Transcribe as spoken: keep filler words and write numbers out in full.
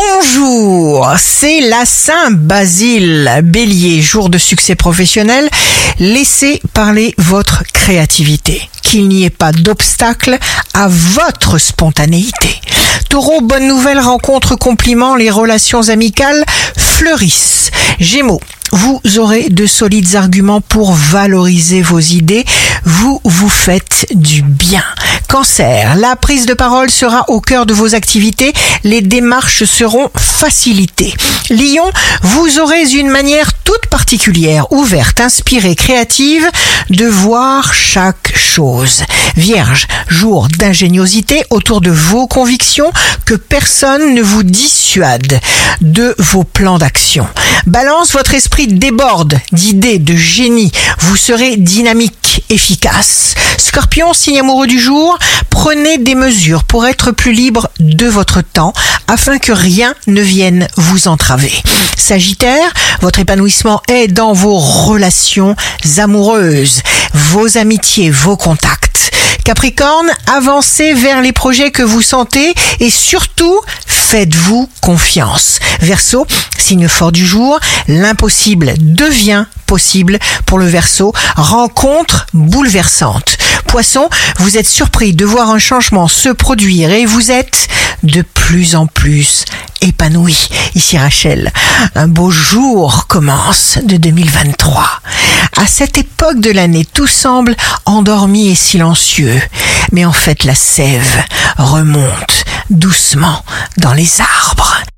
Bonjour, c'est la Saint-Basile. Bélier, jour de succès professionnel, laissez parler votre créativité. Qu'il n'y ait pas d'obstacle à votre spontanéité. Taureau, bonne nouvelle, rencontre, compliment, les relations amicales fleurissent. Gémeaux, vous aurez de solides arguments pour valoriser vos idées. Vous vous faites du bien. Cancer, la prise de parole sera au cœur de vos activités. Les démarches seront facilitées. Lion, vous aurez une manière toute particulière, ouverte, inspirée, créative de voir chaque chose. Vierge, jour d'ingéniosité autour de vos convictions, que personne ne vous dissuade de vos plans d'action. Balance, votre esprit déborde d'idées, de génie. Vous serez dynamique, efficace. Scorpion, signe amoureux du jour, prenez des mesures pour être plus libre de votre temps afin que rien ne vienne vous entraver. Sagittaire, votre épanouissement est dans vos relations amoureuses, vos amitiés, vos contacts. Capricorne, avancez vers les projets que vous sentez et surtout, faites-vous confiance. Verseau, signe fort du jour, l'impossible devient possible pour le Verseau. Rencontre bouleversante. Poisson, vous êtes surpris de voir un changement se produire et vous êtes de plus en plus épanoui. Ici Rachel, un beau jour commence de deux mille vingt-trois. À cette époque de l'année, tout semble endormi et silencieux. Mais en fait, la sève remonte doucement dans les arbres.